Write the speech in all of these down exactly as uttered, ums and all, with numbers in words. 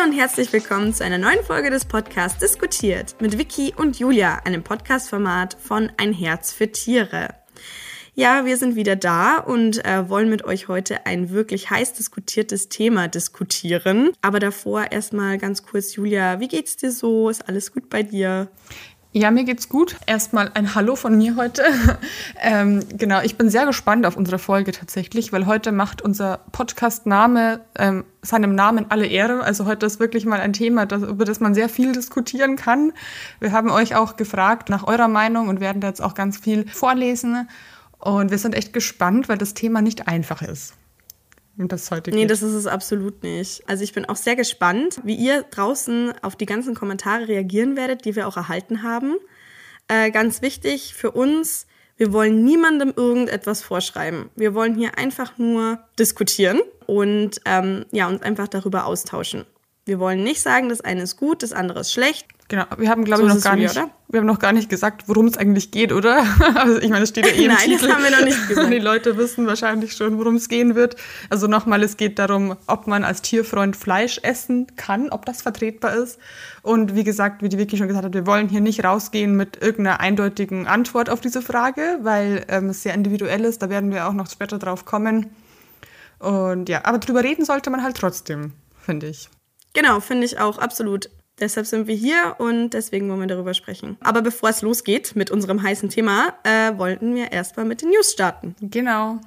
und herzlich willkommen zu einer neuen Folge des Podcasts Diskutiert mit Vicky und Julia, einem Podcast-Format von Ein Herz für Tiere. Ja, wir sind wieder da und äh, wollen mit euch heute ein wirklich heiß diskutiertes Thema diskutieren. Aber davor erstmal ganz kurz, Julia, wie geht's dir so? Ist alles gut bei dir? Ja, mir geht's gut. Erstmal ein Hallo von mir heute. ähm, genau, ich bin sehr gespannt auf unsere Folge tatsächlich, weil heute macht unser Podcast-Name ähm, seinem Namen alle Ehre. Also heute ist wirklich mal ein Thema, das, über das man sehr viel diskutieren kann. Wir haben euch auch gefragt nach eurer Meinung und werden da jetzt auch ganz viel vorlesen. Und wir sind echt gespannt, weil das Thema nicht einfach ist. Und das heute Nee, das ist es absolut nicht. Also ich bin auch sehr gespannt, wie ihr draußen auf die ganzen Kommentare reagieren werdet, die wir auch erhalten haben. Äh, ganz wichtig für uns, wir wollen niemandem irgendetwas vorschreiben. Wir wollen hier einfach nur diskutieren und ähm, ja, uns einfach darüber austauschen. Wir wollen nicht sagen, das eine ist gut, das andere ist schlecht. Genau, wir haben, glaube so ich, noch gar nicht, oder? Wir haben noch gar nicht gesagt, worum es eigentlich geht, oder? Also ich meine, es steht ja eh im Nein, Titel. Das haben wir noch nicht gesagt. Die Leute wissen wahrscheinlich schon, worum es gehen wird. Also nochmal, es geht darum, ob man als Tierfreund Fleisch essen kann, ob das vertretbar ist. Und wie gesagt, wie die Vicky schon gesagt hat, wir wollen hier nicht rausgehen mit irgendeiner eindeutigen Antwort auf diese Frage, weil ähm, es sehr individuell ist. Da werden wir auch noch später drauf kommen. Und ja, aber drüber reden sollte man halt trotzdem, finde ich. Genau, finde ich auch, absolut. Deshalb sind wir hier und deswegen wollen wir darüber sprechen. Aber bevor es losgeht mit unserem heißen Thema, äh, wollten wir erstmal mit den News starten. Genau.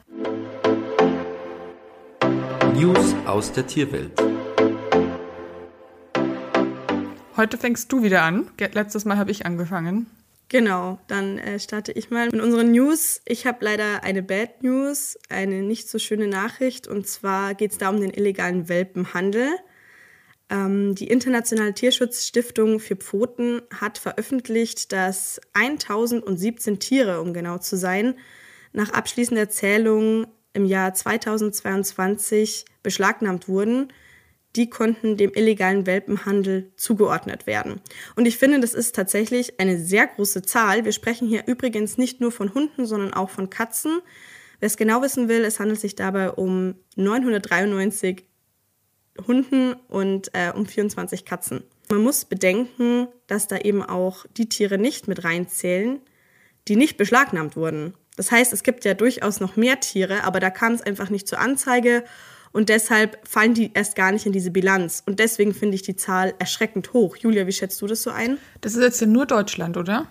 News aus der Tierwelt. Heute fängst du wieder an. Letztes Mal habe ich angefangen. Genau, dann äh, starte ich mal mit unseren News. Ich habe leider eine Bad News, eine nicht so schöne Nachricht. Und zwar geht es da um den illegalen Welpenhandel. Die Internationale Tierschutzstiftung Vier Pfoten hat veröffentlicht, dass eintausendsiebzehn Tiere, um genau zu sein, nach abschließender Zählung im Jahr zweitausendzweiundzwanzig beschlagnahmt wurden. Die konnten dem illegalen Welpenhandel zugeordnet werden. Und ich finde, das ist tatsächlich eine sehr große Zahl. Wir sprechen hier übrigens nicht nur von Hunden, sondern auch von Katzen. Wer es genau wissen will, es handelt sich dabei um neunhundertdreiundneunzig Hunden und äh, um vierundzwanzig Katzen. Man muss bedenken, dass da eben auch die Tiere nicht mit reinzählen, die nicht beschlagnahmt wurden. Das heißt, es gibt ja durchaus noch mehr Tiere, aber da kam es einfach nicht zur Anzeige und deshalb fallen die erst gar nicht in diese Bilanz. Und deswegen finde ich die Zahl erschreckend hoch. Julia, wie schätzt du das so ein? Das ist jetzt ja nur Deutschland, oder?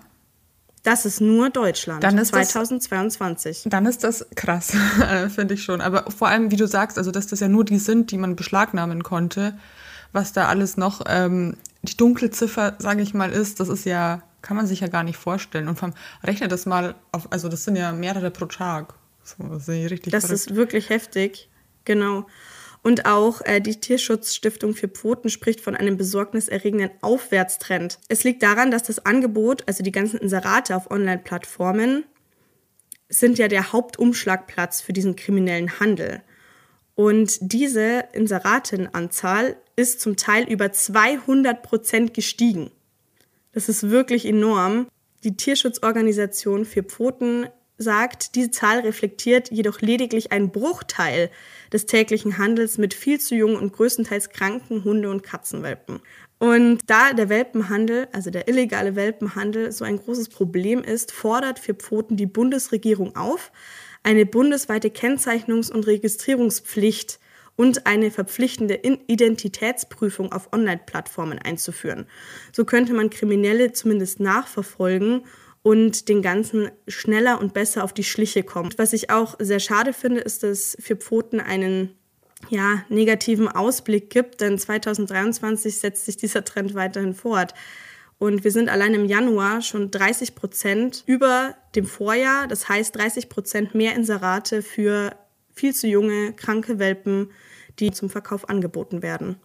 Das ist nur Deutschland, dann ist zweitausendzweiundzwanzig. Das, dann ist das krass, finde ich schon. Aber vor allem, wie du sagst, also dass das ja nur die sind, die man beschlagnahmen konnte, was da alles noch ähm, die Dunkelziffer, sage ich mal, ist, das ist ja, kann man sich ja gar nicht vorstellen. Und vom, rechne das mal auf, also das sind ja mehrere pro Tag. So, das ist richtig Das verrückt. ist wirklich heftig, genau. Und auch äh, die Tierschutzstiftung Vier Pfoten spricht von einem besorgniserregenden Aufwärtstrend. Es liegt daran, dass das Angebot, also die ganzen Inserate auf Online-Plattformen, sind ja der Hauptumschlagplatz für diesen kriminellen Handel. Und diese Inseratenanzahl ist zum Teil über zweihundert Prozent gestiegen. Das ist wirklich enorm. Die Tierschutzorganisation Vier Pfoten sagt, diese Zahl reflektiert jedoch lediglich einen Bruchteil des täglichen Handels mit viel zu jungen und größtenteils kranken Hunde- und Katzenwelpen. Und da der Welpenhandel, also der illegale Welpenhandel, so ein großes Problem ist, fordert Vier Pfoten die Bundesregierung auf, eine bundesweite Kennzeichnungs- und Registrierungspflicht und eine verpflichtende Identitätsprüfung auf Online-Plattformen einzuführen. So könnte man Kriminelle zumindest nachverfolgen und den Ganzen schneller und besser auf die Schliche kommt. Was ich auch sehr schade finde, ist, dass Vier Pfoten einen ja, negativen Ausblick gibt, denn zweitausenddreiundzwanzig setzt sich dieser Trend weiterhin fort. Und wir sind allein im Januar schon dreißig Prozent über dem Vorjahr, das heißt dreißig Prozent mehr Inserate für viel zu junge, kranke Welpen, die zum Verkauf angeboten werden.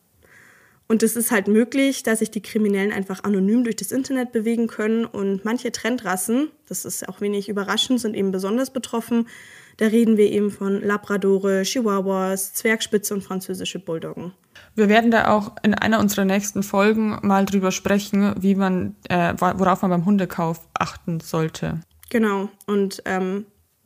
Und es ist halt möglich, dass sich die Kriminellen einfach anonym durch das Internet bewegen können und manche Trendrassen, das ist auch wenig überraschend, sind eben besonders betroffen. Da reden wir eben von Labradore, Chihuahuas, Zwergspitze und französische Bulldoggen. Wir werden da auch in einer unserer nächsten Folgen mal drüber sprechen, wie man, äh, worauf man beim Hundekauf achten sollte. Genau, und ähm,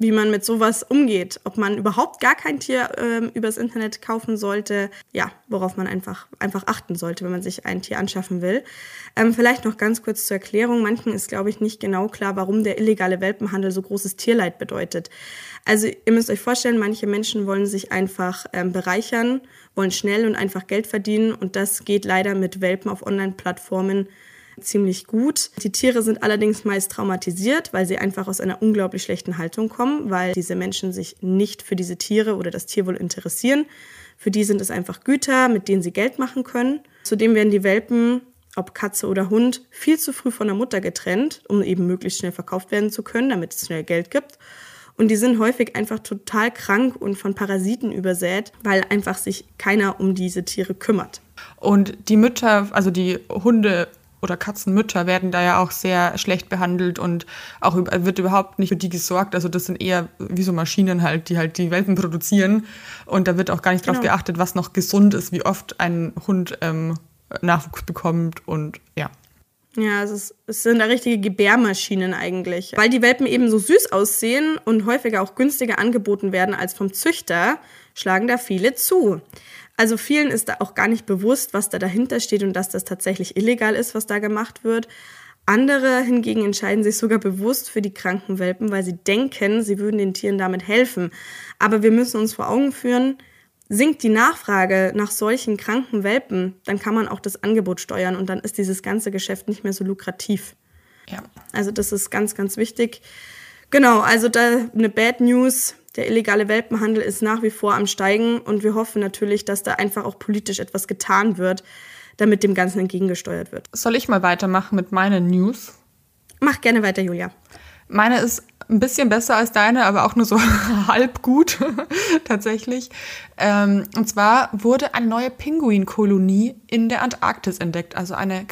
wie man mit sowas umgeht, ob man überhaupt gar kein Tier ähm, übers Internet kaufen sollte, ja, worauf man einfach, einfach achten sollte, wenn man sich ein Tier anschaffen will. Ähm, vielleicht noch ganz kurz zur Erklärung. Manchen ist, glaube ich, nicht genau klar, warum der illegale Welpenhandel so großes Tierleid bedeutet. Also ihr müsst euch vorstellen, manche Menschen wollen sich einfach ähm, bereichern, wollen schnell und einfach Geld verdienen und das geht leider mit Welpen auf Online-Plattformen ziemlich gut. Die Tiere sind allerdings meist traumatisiert, weil sie einfach aus einer unglaublich schlechten Haltung kommen, weil diese Menschen sich nicht für diese Tiere oder das Tierwohl interessieren. Für die sind es einfach Güter, mit denen sie Geld machen können. Zudem werden die Welpen, ob Katze oder Hund, viel zu früh von der Mutter getrennt, um eben möglichst schnell verkauft werden zu können, damit es schnell Geld gibt. Und die sind häufig einfach total krank und von Parasiten übersät, weil einfach sich keiner um diese Tiere kümmert. Und die Mütter, also die Hunde oder Katzenmütter werden da ja auch sehr schlecht behandelt und auch wird überhaupt nicht für die gesorgt. Also das sind eher wie so Maschinen halt, die halt die Welpen produzieren. Und da wird auch gar nicht Genau. drauf geachtet, was noch gesund ist, wie oft ein Hund ähm, Nachwuchs bekommt und ja. Ja, es, ist, es sind da richtige Gebärmaschinen eigentlich. Weil die Welpen eben so süß aussehen und häufiger auch günstiger angeboten werden als vom Züchter, schlagen da viele zu. Also vielen ist da auch gar nicht bewusst, was da dahinter steht und dass das tatsächlich illegal ist, was da gemacht wird. Andere hingegen entscheiden sich sogar bewusst für die kranken Welpen, weil sie denken, sie würden den Tieren damit helfen. Aber wir müssen uns vor Augen führen, sinkt die Nachfrage nach solchen kranken Welpen, dann kann man auch das Angebot steuern und dann ist dieses ganze Geschäft nicht mehr so lukrativ. Ja. Also das ist ganz, ganz wichtig. Genau, also da eine Bad News. Der illegale Welpenhandel ist nach wie vor am Steigen und wir hoffen natürlich, dass da einfach auch politisch etwas getan wird, damit dem Ganzen entgegengesteuert wird. Soll ich mal weitermachen mit meinen News? Mach gerne weiter, Julia. Meine ist ein bisschen besser als deine, aber auch nur so halb gut tatsächlich. Ähm, und zwar wurde eine neue Pinguinkolonie in der Antarktis entdeckt, also eine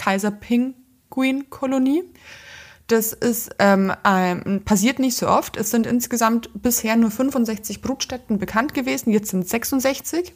Kaiserpinguinkolonie. Das ist ähm, ähm, passiert nicht so oft. Es sind insgesamt bisher nur fünfundsechzig Brutstätten bekannt gewesen. Jetzt sind es sechsundsechzig.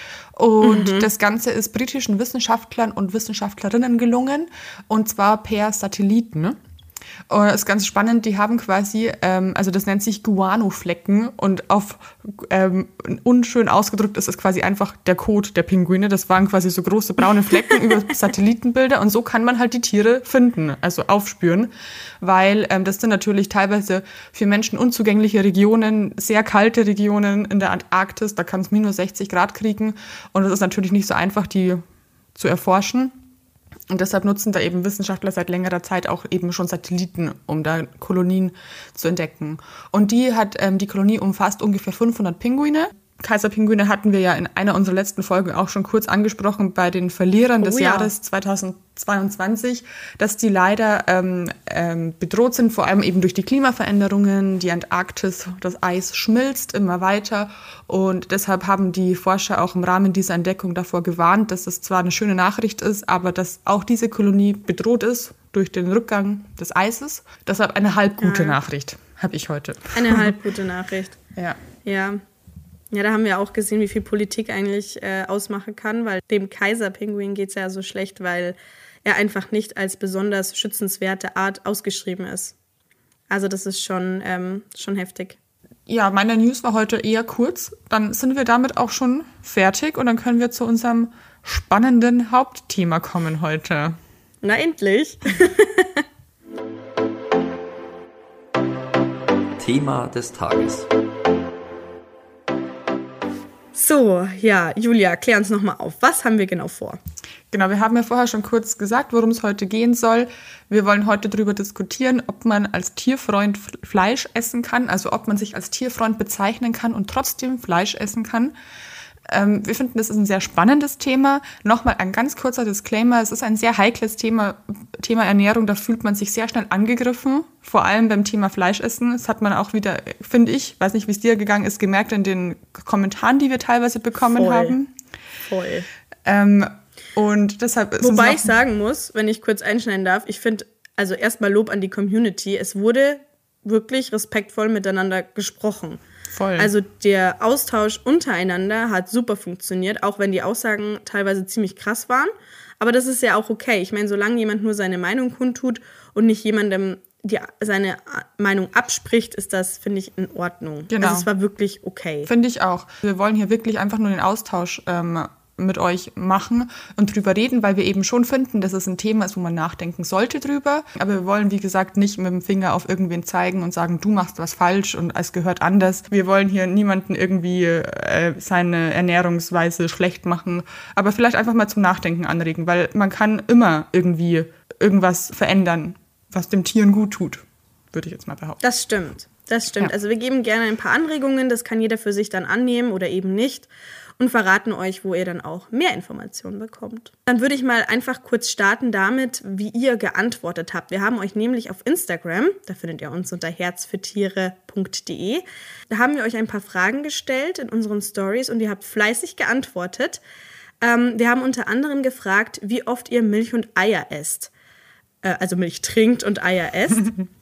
Und mhm. das Ganze ist britischen Wissenschaftlern und Wissenschaftlerinnen gelungen. Und zwar per Satelliten. Ne? Und das ist ganz spannend, die haben quasi, ähm, also das nennt sich Guano-Flecken und auf ähm, unschön ausgedrückt ist es quasi einfach der Kot der Pinguine. Das waren quasi so große braune Flecken über Satellitenbilder und so kann man halt die Tiere finden, also aufspüren, weil ähm, das sind natürlich teilweise für Menschen unzugängliche Regionen, sehr kalte Regionen in der Antarktis, da kann es minus sechzig Grad kriegen und es ist natürlich nicht so einfach, die zu erforschen. Und deshalb nutzen da eben Wissenschaftler seit längerer Zeit auch eben schon Satelliten, um da Kolonien zu entdecken. Und die hat ähm, die Kolonie umfasst ungefähr fünfhundert Pinguine. Kaiserpinguine hatten wir ja in einer unserer letzten Folgen auch schon kurz angesprochen bei den Verlierern des oh, ja. Jahres zweitausendzweiundzwanzig, dass die leider ähm, ähm, bedroht sind, vor allem eben durch die Klimaveränderungen. Die Antarktis, das Eis schmilzt immer weiter und deshalb haben die Forscher auch im Rahmen dieser Entdeckung davor gewarnt, dass es zwar eine schöne Nachricht ist, aber dass auch diese Kolonie bedroht ist durch den Rückgang des Eises. Deshalb eine halb gute ja. Nachricht habe ich heute. Eine halb gute Nachricht. Ja. Ja. Ja, da haben wir auch gesehen, wie viel Politik eigentlich äh, ausmachen kann, weil dem Kaiserpinguin geht es ja so schlecht, weil er einfach nicht als besonders schützenswerte Art ausgeschrieben ist. Also das ist schon, ähm, schon heftig. Ja, meine News war heute eher kurz. Dann sind wir damit auch schon fertig und dann können wir zu unserem spannenden Hauptthema kommen heute. Na endlich! Thema des Tages. So, ja, Julia, klär uns nochmal auf. Was haben wir genau vor? Genau, wir haben ja vorher schon kurz gesagt, worum es heute gehen soll. Wir wollen heute darüber diskutieren, ob man als Tierfreund Fleisch essen kann, also ob man sich als Tierfreund bezeichnen kann und trotzdem Fleisch essen kann. Ähm, wir finden, das ist ein sehr spannendes Thema. Nochmal ein ganz kurzer Disclaimer, es ist ein sehr heikles Thema, Thema Ernährung, da fühlt man sich sehr schnell angegriffen, vor allem beim Thema Fleischessen. Das hat man auch wieder, finde ich, weiß nicht, wie es dir gegangen ist, gemerkt in den Kommentaren, die wir teilweise bekommen Voll. haben. Voll. Ähm, und deshalb ist Wobei es ich sagen muss, wenn ich kurz einschneiden darf, ich finde, also erstmal Lob an die Community, es wurde wirklich respektvoll miteinander gesprochen. Voll. Also der Austausch untereinander hat super funktioniert, auch wenn die Aussagen teilweise ziemlich krass waren. Aber das ist ja auch okay. Ich meine, solange jemand nur seine Meinung kundtut und nicht jemandem die, seine Meinung abspricht, ist das, finde ich, in Ordnung. Genau. Also es war wirklich okay. Finde ich auch. Wir wollen hier wirklich einfach nur den Austausch ähm, mit euch machen und drüber reden, weil wir eben schon finden, dass es ein Thema ist, wo man nachdenken sollte drüber. Aber wir wollen, wie gesagt, nicht mit dem Finger auf irgendwen zeigen und sagen, du machst was falsch und es gehört anders. Wir wollen hier niemanden irgendwie äh, seine Ernährungsweise schlecht machen, aber vielleicht einfach mal zum Nachdenken anregen, weil man kann immer irgendwie irgendwas verändern, was dem Tieren gut tut, würde ich jetzt mal behaupten. Das stimmt, das stimmt. Ja. Also wir geben gerne ein paar Anregungen, das kann jeder für sich dann annehmen oder eben nicht. Und verraten euch, wo ihr dann auch mehr Informationen bekommt. Dann würde ich mal einfach kurz starten damit, wie ihr geantwortet habt. Wir haben euch nämlich auf Instagram, da findet ihr uns unter herz für tiere punkt de, da haben wir euch ein paar Fragen gestellt in unseren Stories und ihr habt fleißig geantwortet. Ähm, wir haben unter anderem gefragt, wie oft ihr Milch und Eier esst. Äh, also Milch trinkt und Eier esst.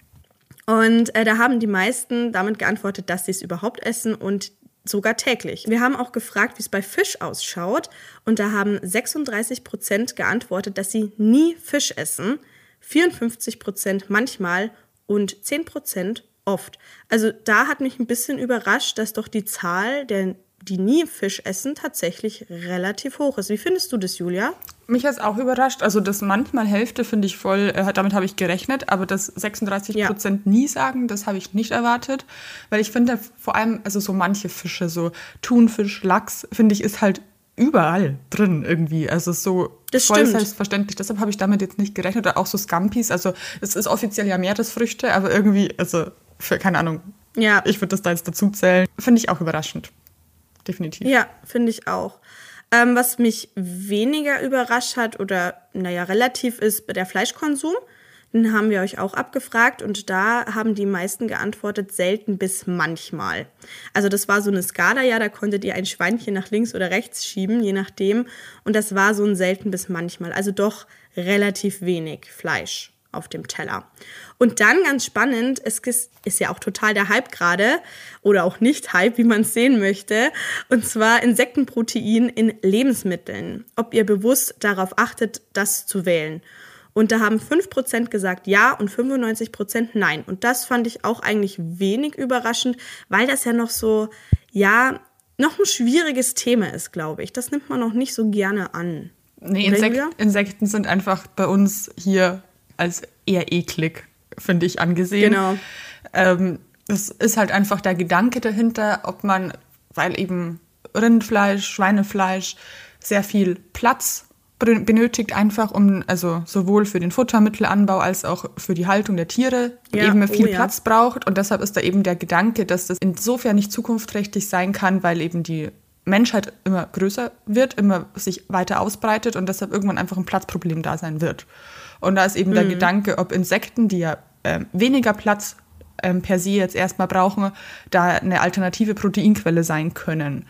Und äh, da haben die meisten damit geantwortet, dass sie es überhaupt essen und sogar täglich. Wir haben auch gefragt, wie es bei Fisch ausschaut. Und da haben sechsunddreißig Prozent geantwortet, dass sie nie Fisch essen, vierundfünfzig Prozent manchmal und zehn Prozent oft. Also da hat mich ein bisschen überrascht, dass doch die Zahl der, die nie Fisch essen, tatsächlich relativ hoch ist. Wie findest du das, Julia? Mich hat es auch überrascht. Also das manchmal Hälfte finde ich voll, äh, damit habe ich gerechnet, aber das sechsunddreißig Prozent ja. nie sagen, das habe ich nicht erwartet. Weil ich finde vor allem, also so manche Fische, so Thunfisch, Lachs, finde ich, ist halt überall drin irgendwie. Also so das voll stimmt. selbstverständlich. Deshalb habe ich damit jetzt nicht gerechnet. Oder auch so Scampis. Also es ist offiziell ja Meeresfrüchte, aber irgendwie, also für, keine Ahnung, ja. ich würde das da jetzt dazu zählen. Finde ich auch überraschend. Definitiv. Ja, finde ich auch. Ähm, was mich weniger überrascht hat oder, naja, relativ ist der Fleischkonsum. Den haben wir euch auch abgefragt und da haben die meisten geantwortet, selten bis manchmal. Also das war so eine Skala, ja, da konntet ihr ein Schweinchen nach links oder rechts schieben, je nachdem. Und das war so ein selten bis manchmal. Also doch relativ wenig Fleisch auf dem Teller. Und dann ganz spannend, es ist ja auch total der Hype gerade, oder auch nicht Hype, wie man es sehen möchte, und zwar Insektenprotein in Lebensmitteln. Ob ihr bewusst darauf achtet, das zu wählen. Und da haben fünf Prozent gesagt ja und fünfundneunzig Prozent nein. Und das fand ich auch eigentlich wenig überraschend, weil das ja noch so, ja, noch ein schwieriges Thema ist, glaube ich. Das nimmt man noch nicht so gerne an. Nee, Insek- Insekten sind einfach bei uns hier als eher eklig, finde ich, angesehen. Genau. Ähm, das ist halt einfach der Gedanke dahinter, ob man, weil eben Rindfleisch, Schweinefleisch sehr viel Platz benötigt, einfach um, also sowohl für den Futtermittelanbau als auch für die Haltung der Tiere, ja, eben viel oh, Platz ja. braucht. Und deshalb ist da eben der Gedanke, dass das insofern nicht zukunftsträchtig sein kann, weil eben die Menschheit immer größer wird, immer sich weiter ausbreitet und deshalb irgendwann einfach ein Platzproblem da sein wird. Und da ist eben mhm. der Gedanke, ob Insekten, die ja ähm, weniger Platz ähm, per se jetzt erstmal brauchen, da eine alternative Proteinquelle sein können.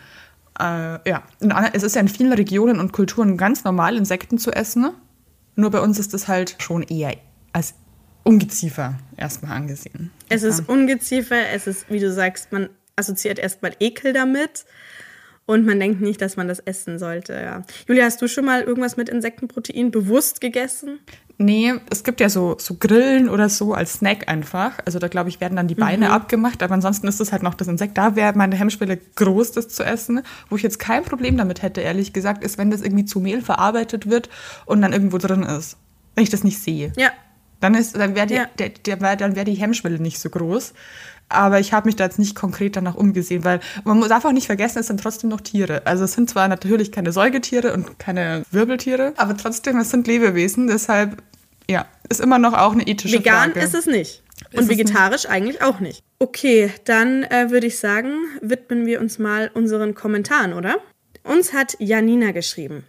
Äh, ja, es ist ja in vielen Regionen und Kulturen ganz normal, Insekten zu essen. Nur bei uns ist das halt schon eher als Ungeziefer erstmal angesehen. Es ist Ungeziefer, es ist, wie du sagst, man assoziiert erstmal Ekel damit. Und man denkt nicht, dass man das essen sollte. Ja. Julia, hast du schon mal irgendwas mit Insektenprotein bewusst gegessen? Nee, es gibt ja so, so Grillen oder so als Snack einfach. Also da, glaube ich, werden dann die Beine mhm. abgemacht. Aber ansonsten ist das halt noch das Insekt. Da wäre meine Hemmschwelle groß, das zu essen. Wo ich jetzt kein Problem damit hätte, ehrlich gesagt, ist, wenn das irgendwie zu Mehl verarbeitet wird und dann irgendwo drin ist. Wenn ich das nicht sehe. Ja. Dann, ist, dann wäre die, ja. der, der, dann wär die Hemmschwelle nicht so groß. Aber ich habe mich da jetzt nicht konkret danach umgesehen, weil man darf auch nicht vergessen, es sind trotzdem noch Tiere. Also es sind zwar natürlich keine Säugetiere und keine Wirbeltiere, aber trotzdem, es sind Lebewesen. Deshalb, ja, ist immer noch auch eine ethische Vegan Frage. Vegan ist es nicht. Ist und vegetarisch nicht? Eigentlich auch nicht. Okay, dann äh, würde ich sagen, widmen wir uns mal unseren Kommentaren, oder? Uns hat Janina geschrieben.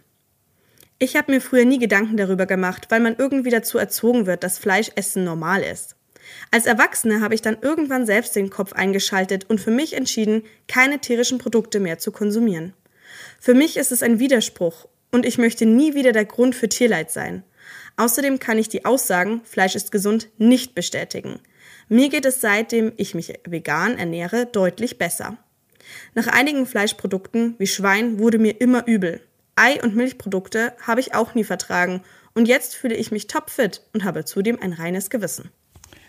Ich habe mir früher nie Gedanken darüber gemacht, weil man irgendwie dazu erzogen wird, dass Fleischessen normal ist. Als Erwachsene habe ich dann irgendwann selbst den Kopf eingeschaltet und für mich entschieden, keine tierischen Produkte mehr zu konsumieren. Für mich ist es ein Widerspruch und ich möchte nie wieder der Grund für Tierleid sein. Außerdem kann ich die Aussagen, Fleisch ist gesund, nicht bestätigen. Mir geht es seitdem ich mich vegan ernähre, deutlich besser. Nach einigen Fleischprodukten wie Schwein wurde mir immer übel. Ei- und Milchprodukte habe ich auch nie vertragen und jetzt fühle ich mich topfit und habe zudem ein reines Gewissen.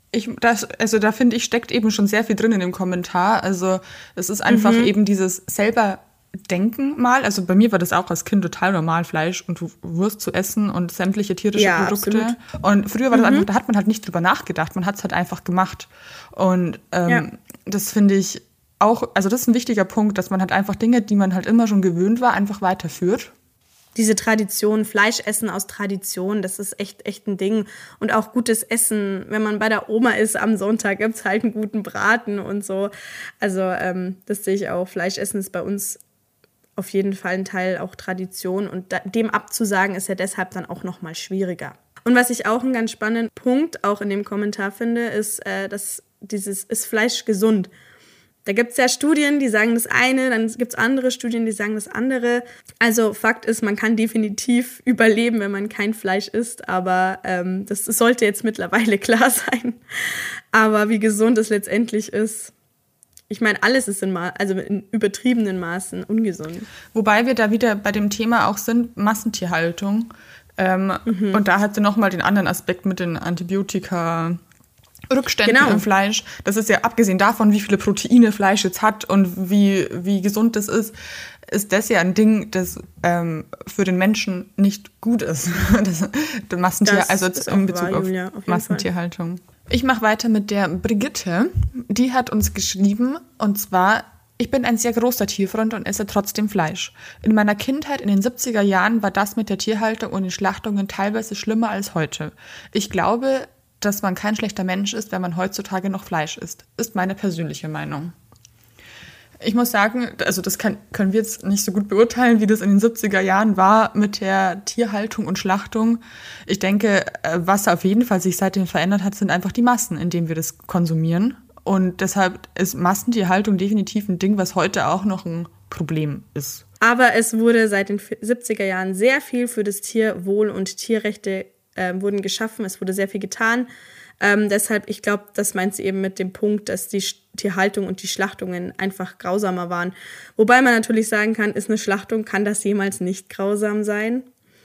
Ich, das, also da finde ich, steckt eben schon sehr viel drin in dem Kommentar. Also es ist einfach mhm. eben dieses selber Denken mal. Also bei mir war das auch als Kind total normal, Fleisch und Wurst zu essen und sämtliche tierische ja, Produkte. Absolut. Und früher war das mhm. einfach, da hat man halt nicht drüber nachgedacht, man hat es halt einfach gemacht. Und ähm, ja. das finde ich auch, also das ist ein wichtiger Punkt, dass man halt einfach Dinge, die man halt immer schon gewöhnt war, einfach weiterführt. Diese Tradition, Fleischessen aus Tradition, das ist echt, echt ein Ding. Und auch gutes Essen, wenn man bei der Oma ist am Sonntag, gibt's halt einen guten Braten und so. Also ähm, das sehe ich auch. Fleischessen ist bei uns auf jeden Fall ein Teil auch Tradition. Und da, dem abzusagen, ist ja deshalb dann auch noch mal schwieriger. Und was ich auch einen ganz spannenden Punkt auch in dem Kommentar finde, ist, äh, dass dieses, ist Fleisch gesund? Da gibt es ja Studien, die sagen das eine, dann gibt es andere Studien, die sagen das andere. Also Fakt ist, man kann definitiv überleben, wenn man kein Fleisch isst, aber ähm, das, das sollte jetzt mittlerweile klar sein. Aber wie gesund es letztendlich ist, ich meine, alles ist in, Ma- also in übertriebenen Maßen ungesund. Wobei wir da wieder bei dem Thema auch sind, Massentierhaltung. Ähm, mhm. Und da hat sie nochmal den anderen Aspekt mit den Antibiotika Rückständen genau. im Fleisch. Das ist ja abgesehen davon, wie viele Proteine Fleisch jetzt hat und wie, wie gesund das ist, ist das ja ein Ding, das ähm, für den Menschen nicht gut ist. das, das Massentier, das also jetzt in Bezug wahr, Julia, auf, auf Massentierhaltung. Fall. Ich mache weiter mit der Brigitte. Die hat uns geschrieben, und zwar: Ich bin ein sehr großer Tierfreund und esse trotzdem Fleisch. In meiner Kindheit in den siebziger Jahren war das mit der Tierhaltung und den Schlachtungen teilweise schlimmer als heute. Ich glaube, dass man kein schlechter Mensch ist, wenn man heutzutage noch Fleisch isst. Ist meine persönliche Meinung. Ich muss sagen, also das kann, können wir jetzt nicht so gut beurteilen, wie das in den siebziger Jahren war mit der Tierhaltung und Schlachtung. Ich denke, was auf jeden Fall sich seitdem verändert hat, sind einfach die Massen, in denen wir das konsumieren. Und deshalb ist Massentierhaltung definitiv ein Ding, was heute auch noch ein Problem ist. Aber es wurde seit den siebziger Jahren sehr viel für das Tierwohl und Tierrechte äh, wurden geschaffen. Es wurde sehr viel getan. Ähm, deshalb, ich glaube, das meint sie eben mit dem Punkt, dass die Tierhaltung und die Schlachtungen einfach grausamer waren. Wobei man natürlich sagen kann, ist eine Schlachtung, kann das jemals nicht grausam sein?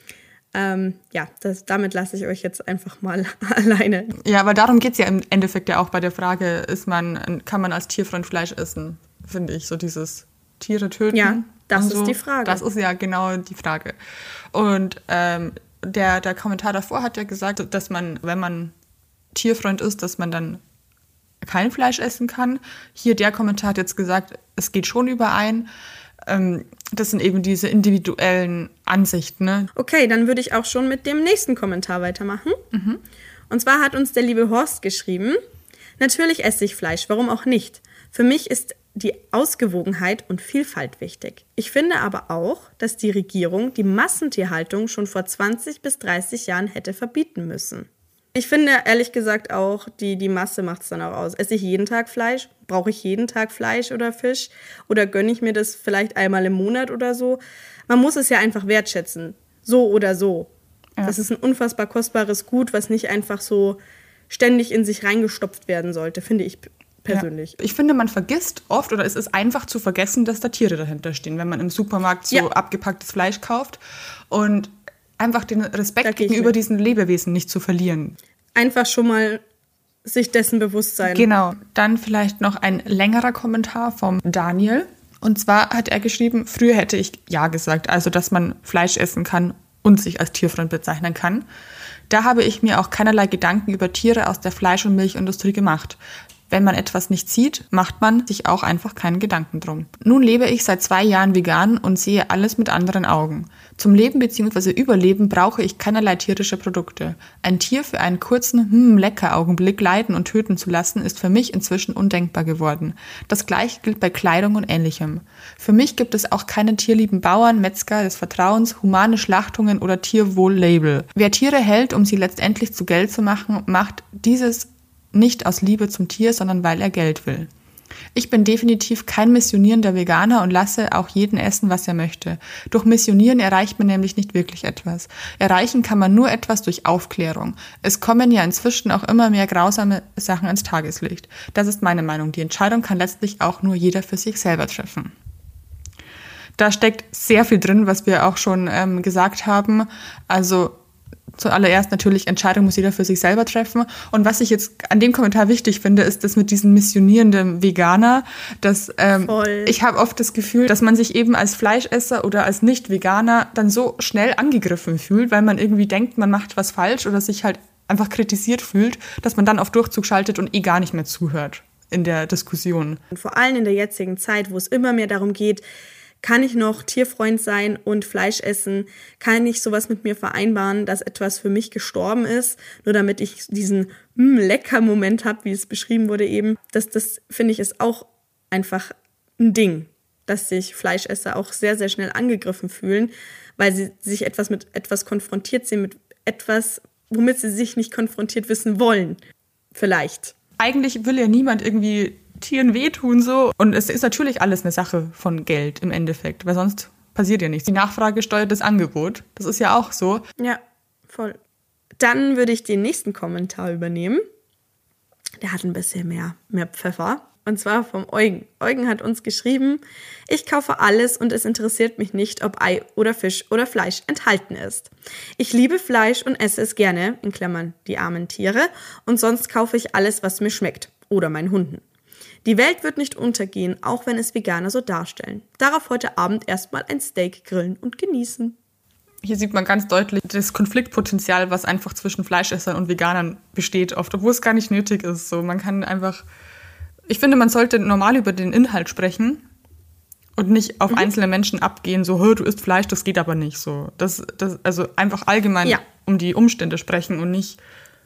Ähm, ja, das, damit lasse ich euch jetzt einfach mal alleine. Ja, aber darum geht es ja im Endeffekt ja auch bei der Frage, ist man, kann man als Tierfreund Fleisch essen, finde ich, so dieses Tiere töten. Ja, das ist so. die Frage. Das ist ja genau die Frage. Und ähm, der, der Kommentar davor hat ja gesagt, dass man, wenn man Tierfreund ist, dass man dann kein Fleisch essen kann. Hier der Kommentar hat jetzt gesagt, es geht schon überein. Ähm, das sind eben diese individuellen Ansichten. Ne? Okay, dann würde ich auch schon mit dem nächsten Kommentar weitermachen. Mhm. Und zwar hat uns der liebe Horst geschrieben: Natürlich esse ich Fleisch, warum auch nicht? Für mich ist die Ausgewogenheit und Vielfalt wichtig. Ich finde aber auch, dass die Regierung die Massentierhaltung schon vor zwanzig bis dreißig Jahren hätte verbieten müssen. Ich finde ehrlich gesagt auch, die, die Masse macht es dann auch aus. Esse ich jeden Tag Fleisch? Brauche ich jeden Tag Fleisch oder Fisch? Oder gönne ich mir das vielleicht einmal im Monat oder so? Man muss es ja einfach wertschätzen. So oder so. Ja. Das ist ein unfassbar kostbares Gut, was nicht einfach so ständig in sich reingestopft werden sollte, finde ich persönlich. Ja. Ich finde, man vergisst oft, oder es ist einfach zu vergessen, dass da Tiere dahinter stehen, wenn man im Supermarkt so ja. abgepacktes Fleisch kauft. Und einfach den Respekt gegenüber mit. diesen Lebewesen nicht zu verlieren. Einfach schon mal sich dessen bewusst sein. Genau. Dann vielleicht noch ein längerer Kommentar vom Daniel. Und zwar hat er geschrieben, früher hätte ich ja gesagt, also dass man Fleisch essen kann und sich als Tierfreund bezeichnen kann. Da habe ich mir auch keinerlei Gedanken über Tiere aus der Fleisch- und Milchindustrie gemacht. Wenn man etwas nicht sieht, macht man sich auch einfach keinen Gedanken drum. Nun lebe ich seit zwei Jahren vegan und sehe alles mit anderen Augen. Zum Leben bzw. Überleben brauche ich keinerlei tierische Produkte. Ein Tier für einen kurzen, hm, lecker Augenblick leiden und töten zu lassen, ist für mich inzwischen undenkbar geworden. Das Gleiche gilt bei Kleidung und Ähnlichem. Für mich gibt es auch keine tierlieben Bauern, Metzger des Vertrauens, humane Schlachtungen oder Tierwohl-Label. Wer Tiere hält, um sie letztendlich zu Geld zu machen, macht dieses nicht aus Liebe zum Tier, sondern weil er Geld will. Ich bin definitiv kein missionierender Veganer und lasse auch jeden essen, was er möchte. Durch Missionieren erreicht man nämlich nicht wirklich etwas. Erreichen kann man nur etwas durch Aufklärung. Es kommen ja inzwischen auch immer mehr grausame Sachen ins Tageslicht. Das ist meine Meinung. Die Entscheidung kann letztlich auch nur jeder für sich selber treffen. Da steckt sehr viel drin, was wir auch schon ähm, gesagt haben. Also zuallererst natürlich, Entscheidung muss jeder für sich selber treffen. Und was ich jetzt an dem Kommentar wichtig finde, ist das mit diesem missionierenden Veganer. Dass, ähm, ich habe oft das Gefühl, dass man sich eben als Fleischesser oder als Nicht-Veganer dann so schnell angegriffen fühlt, weil man irgendwie denkt, man macht was falsch oder sich halt einfach kritisiert fühlt, dass man dann auf Durchzug schaltet und eh gar nicht mehr zuhört in der Diskussion. Und vor allem in der jetzigen Zeit, wo es immer mehr darum geht, kann ich noch Tierfreund sein und Fleisch essen? Kann ich sowas mit mir vereinbaren, dass etwas für mich gestorben ist, nur damit ich diesen mm, lecker Moment habe, wie es beschrieben wurde eben? Das, das finde ich, ist auch einfach ein Ding, dass sich Fleischesser auch sehr, sehr schnell angegriffen fühlen, weil sie sich etwas mit etwas konfrontiert sehen, mit etwas, womit sie sich nicht konfrontiert wissen wollen. Vielleicht. Eigentlich will ja niemand irgendwie Tieren wehtun so. Und es ist natürlich alles eine Sache von Geld im Endeffekt, weil sonst passiert ja nichts. Die Nachfrage steuert das Angebot. Das ist ja auch so. Ja, voll. Dann würde ich den nächsten Kommentar übernehmen. Der hat ein bisschen mehr, mehr Pfeffer. Und zwar vom Eugen. Eugen hat uns geschrieben: Ich kaufe alles und es interessiert mich nicht, ob Ei oder Fisch oder Fleisch enthalten ist. Ich liebe Fleisch und esse es gerne, in Klammern die armen Tiere, und sonst kaufe ich alles, was mir schmeckt. Oder meinen Hunden. Die Welt wird nicht untergehen, auch wenn es Veganer so darstellen. Darauf heute Abend erstmal ein Steak grillen und genießen. Hier sieht man ganz deutlich das Konfliktpotenzial, was einfach zwischen Fleischessern und Veganern besteht, oft, obwohl es gar nicht nötig ist. So, man kann einfach, ich finde, man sollte normal über den Inhalt sprechen und nicht auf mhm. einzelne Menschen abgehen, so, du isst Fleisch, das geht aber nicht. So, das, das, also einfach allgemein ja. um die Umstände sprechen und nicht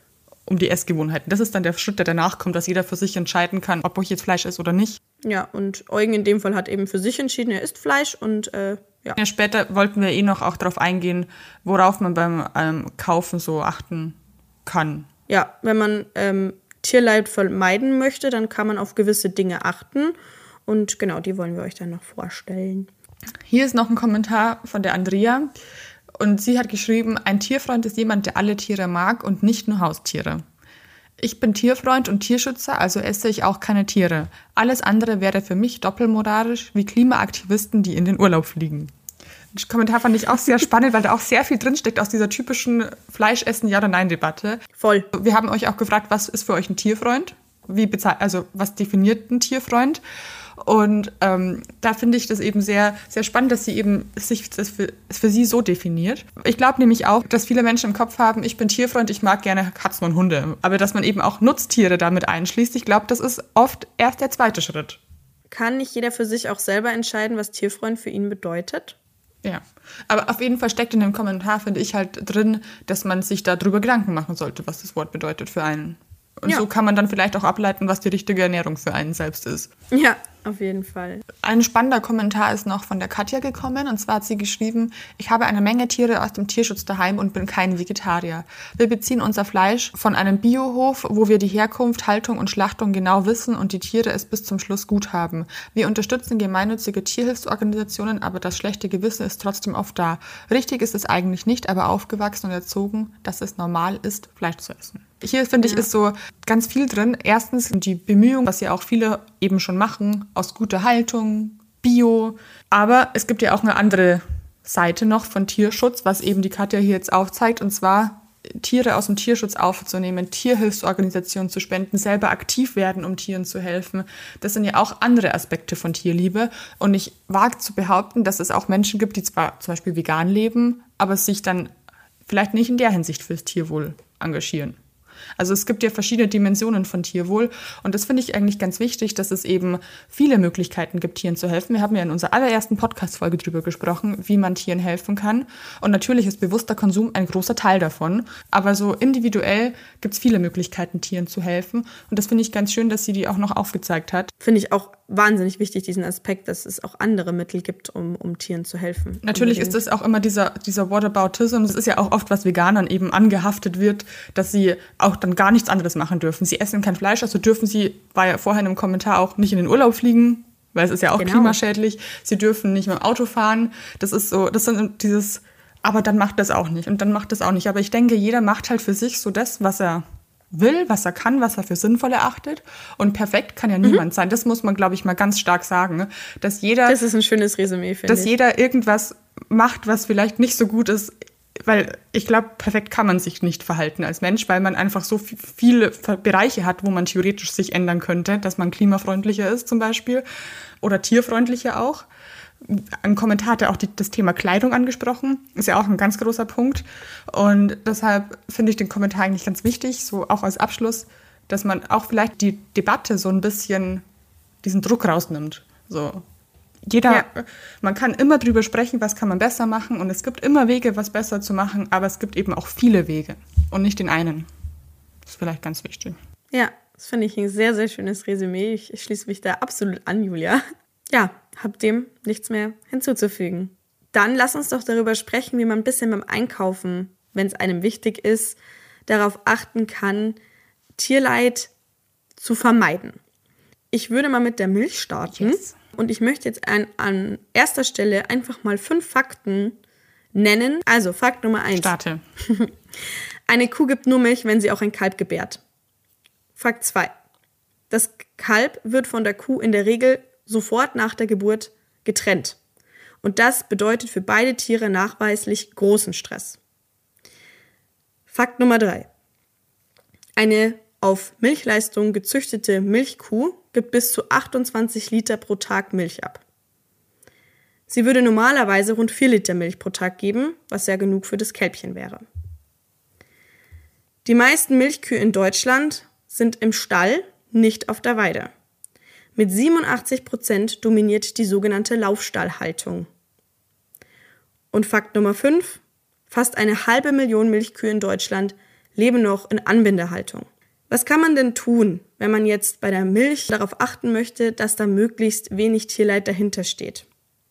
um die Essgewohnheiten. Das ist dann der Schritt, der danach kommt, dass jeder für sich entscheiden kann, ob ich jetzt Fleisch esse oder nicht. Ja, und Eugen in dem Fall hat eben für sich entschieden, er isst Fleisch und äh, ja. ja. Später wollten wir eh noch auch darauf eingehen, worauf man beim ähm, Kaufen so achten kann. Ja, wenn man ähm, Tierleid vermeiden möchte, dann kann man auf gewisse Dinge achten. Und genau, die wollen wir euch dann noch vorstellen. Hier ist noch ein Kommentar von der Andrea. Und sie hat geschrieben, ein Tierfreund ist jemand, der alle Tiere mag und nicht nur Haustiere. Ich bin Tierfreund und Tierschützer, also esse ich auch keine Tiere. Alles andere wäre für mich doppelmoralisch, wie Klimaaktivisten, die in den Urlaub fliegen. Den Kommentar fand ich auch sehr spannend, weil da auch sehr viel drinsteckt aus dieser typischen Fleischessen-Ja-oder-Nein-Debatte. Voll. Wir haben euch auch gefragt, was ist für euch ein Tierfreund? Wie bezahl- also was definiert ein Tierfreund? Und ähm, da finde ich das eben sehr, sehr spannend, dass sie eben sich das für, für sie so definiert. Ich glaube nämlich auch, dass viele Menschen im Kopf haben, ich bin Tierfreund, ich mag gerne Katzen und Hunde. Aber dass man eben auch Nutztiere damit einschließt, ich glaube, das ist oft erst der zweite Schritt. Kann nicht jeder für sich auch selber entscheiden, was Tierfreund für ihn bedeutet? Ja, aber auf jeden Fall steckt in dem Kommentar, finde ich, halt drin, dass man sich darüber Gedanken machen sollte, was das Wort bedeutet für einen. Und ja. so kann man dann vielleicht auch ableiten, was die richtige Ernährung für einen selbst ist. Ja, auf jeden Fall. Ein spannender Kommentar ist noch von der Katja gekommen. Und zwar hat sie geschrieben, ich habe eine Menge Tiere aus dem Tierschutz daheim und bin kein Vegetarier. Wir beziehen unser Fleisch von einem Biohof, wo wir die Herkunft, Haltung und Schlachtung genau wissen und die Tiere es bis zum Schluss gut haben. Wir unterstützen gemeinnützige Tierhilfsorganisationen, aber das schlechte Gewissen ist trotzdem oft da. Richtig ist es eigentlich nicht, aber aufgewachsen und erzogen, dass es normal ist, Fleisch zu essen. Hier, finde ich, ja. ist so ganz viel drin. Erstens die Bemühungen, was ja auch viele eben schon machen, aus guter Haltung, Bio. Aber es gibt ja auch eine andere Seite noch von Tierschutz, was eben die Katja hier jetzt aufzeigt. Und zwar Tiere aus dem Tierschutz aufzunehmen, Tierhilfsorganisationen zu spenden, selber aktiv werden, um Tieren zu helfen. Das sind ja auch andere Aspekte von Tierliebe. Und ich wage zu behaupten, dass es auch Menschen gibt, die zwar zum Beispiel vegan leben, aber sich dann vielleicht nicht in der Hinsicht fürs Tierwohl engagieren. Also es gibt ja verschiedene Dimensionen von Tierwohl und das finde ich eigentlich ganz wichtig, dass es eben viele Möglichkeiten gibt, Tieren zu helfen. Wir haben ja in unserer allerersten Podcast-Folge drüber gesprochen, wie man Tieren helfen kann und natürlich ist bewusster Konsum ein großer Teil davon, aber so individuell gibt es viele Möglichkeiten, Tieren zu helfen und das finde ich ganz schön, dass sie die auch noch aufgezeigt hat. Finde ich auch wahnsinnig wichtig, diesen Aspekt, dass es auch andere Mittel gibt, um, um Tieren zu helfen. Natürlich unbedingt. Ist das auch immer dieser, dieser Whataboutism, das ist ja auch oft, was Veganern eben angehaftet wird, dass sie auch dann gar nichts anderes machen dürfen. Sie essen kein Fleisch, also dürfen sie, war ja vorher in einem Kommentar auch, nicht in den Urlaub fliegen, weil es ist ja auch genau. klimaschädlich. Sie dürfen nicht mit dem Auto fahren. Das ist so, das sind dieses, aber dann macht das auch nicht und dann macht das auch nicht. Aber ich denke, jeder macht halt für sich so das, was er will, was er kann, was er für sinnvoll erachtet. Und perfekt kann ja niemand mhm. sein. Das muss man, glaube ich, mal ganz stark sagen. Dass jeder, das ist ein schönes Resümee, finde ich. Dass jeder irgendwas macht, was vielleicht nicht so gut ist, weil ich glaube, perfekt kann man sich nicht verhalten als Mensch, weil man einfach so viele Bereiche hat, wo man theoretisch sich ändern könnte, dass man klimafreundlicher ist zum Beispiel oder tierfreundlicher auch. Ein Kommentar hat ja auch die, das Thema Kleidung angesprochen, ist ja auch ein ganz großer Punkt. Und deshalb finde ich den Kommentar eigentlich ganz wichtig, so auch als Abschluss, dass man auch vielleicht die Debatte so ein bisschen diesen Druck rausnimmt. So. Jeder, ja. Man kann immer drüber sprechen, was kann man besser machen, und es gibt immer Wege, was besser zu machen, aber es gibt eben auch viele Wege und nicht den einen. Das ist vielleicht ganz wichtig. Ja, das finde ich ein sehr, sehr schönes Resümee. Ich, ich schließe mich da absolut an, Julia. Ja, hab dem nichts mehr hinzuzufügen. Dann lass uns doch darüber sprechen, wie man ein bisschen beim Einkaufen, wenn es einem wichtig ist, darauf achten kann, Tierleid zu vermeiden. Ich würde mal mit der Milch starten. Yes. Und ich möchte jetzt an, an erster Stelle einfach mal fünf Fakten nennen. Also Fakt Nummer eins. Starte. Eine Kuh gibt nur Milch, wenn sie auch ein Kalb gebärt. Fakt zwei. Das Kalb wird von der Kuh in der Regel sofort nach der Geburt getrennt. Und das bedeutet für beide Tiere nachweislich großen Stress. Fakt Nummer drei. Eine auf Milchleistung gezüchtete Milchkuh gibt bis zu achtundzwanzig Liter pro Tag Milch ab. Sie würde normalerweise rund vier Liter Milch pro Tag geben, was ja genug für das Kälbchen wäre. Die meisten Milchkühe in Deutschland sind im Stall, nicht auf der Weide. Mit siebenundachtzig Prozent dominiert die sogenannte Laufstallhaltung. Und Fakt Nummer fünf, fast eine halbe Million Milchkühe in Deutschland leben noch in Anbindehaltung. Was kann man denn tun, wenn man jetzt bei der Milch darauf achten möchte, dass da möglichst wenig Tierleid dahinter steht?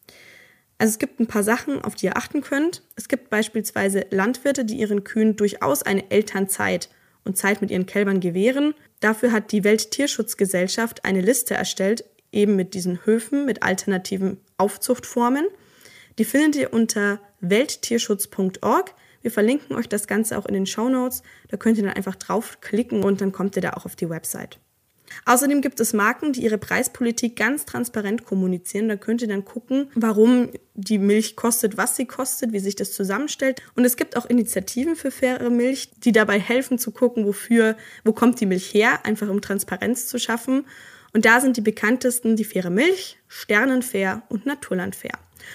Also es gibt ein paar Sachen, auf die ihr achten könnt. Es gibt beispielsweise Landwirte, die ihren Kühen durchaus eine Elternzeit und Zeit mit ihren Kälbern gewähren. Dafür hat die Welttierschutzgesellschaft eine Liste erstellt, eben mit diesen Höfen, mit alternativen Aufzuchtformen. Die findet ihr unter welttierschutz punkt org. Wir verlinken euch das Ganze auch in den Shownotes. Da könnt ihr dann einfach draufklicken und dann kommt ihr da auch auf die Website. Außerdem gibt es Marken, die ihre Preispolitik ganz transparent kommunizieren. Da könnt ihr dann gucken, warum die Milch kostet, was sie kostet, wie sich das zusammenstellt. Und es gibt auch Initiativen für faire Milch, die dabei helfen zu gucken, wofür, wo kommt die Milch her, einfach um Transparenz zu schaffen. Und da sind die bekanntesten die Faire Milch, Sternenfair und Naturlandfair.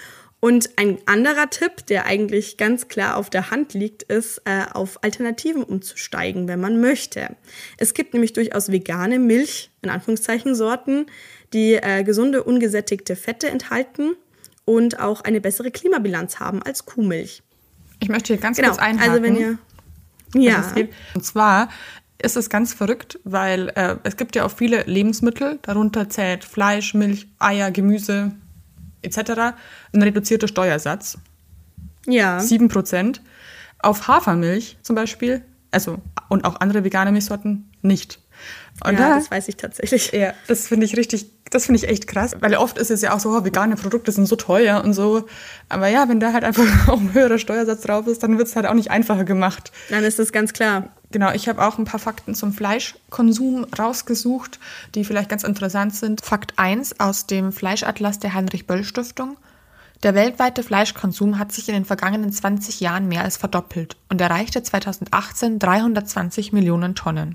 Und ein anderer Tipp, der eigentlich ganz klar auf der Hand liegt, ist, äh, auf Alternativen umzusteigen, wenn man möchte. Es gibt nämlich durchaus vegane Milch, in Anführungszeichen, Sorten, die äh, gesunde, ungesättigte Fette enthalten und auch eine bessere Klimabilanz haben als Kuhmilch. Ich möchte hier ganz genau. kurz einhaken. Also wenn ihr, ja. Und zwar ist es ganz verrückt, weil äh, es gibt ja auch viele Lebensmittel, darunter zählt Fleisch, Milch, Eier, Gemüse et cetera, ein reduzierter Steuersatz. Ja. sieben Prozent. Auf Hafermilch zum Beispiel, also und auch andere vegane Milchsorten nicht. Und ja, da, das weiß ich tatsächlich. Ja, das finde ich richtig, das finde ich echt krass, weil oft ist es ja auch so, oh, vegane Produkte sind so teuer und so. Aber ja, wenn da halt einfach auch ein höherer Steuersatz drauf ist, dann wird es halt auch nicht einfacher gemacht. Dann ist das ganz klar. Genau, ich habe auch ein paar Fakten zum Fleischkonsum rausgesucht, die vielleicht ganz interessant sind. Fakt eins aus dem Fleischatlas der Heinrich-Böll-Stiftung. Der weltweite Fleischkonsum hat sich in den vergangenen zwanzig Jahren mehr als verdoppelt und erreichte zweitausendachtzehn dreihundertzwanzig Millionen Tonnen.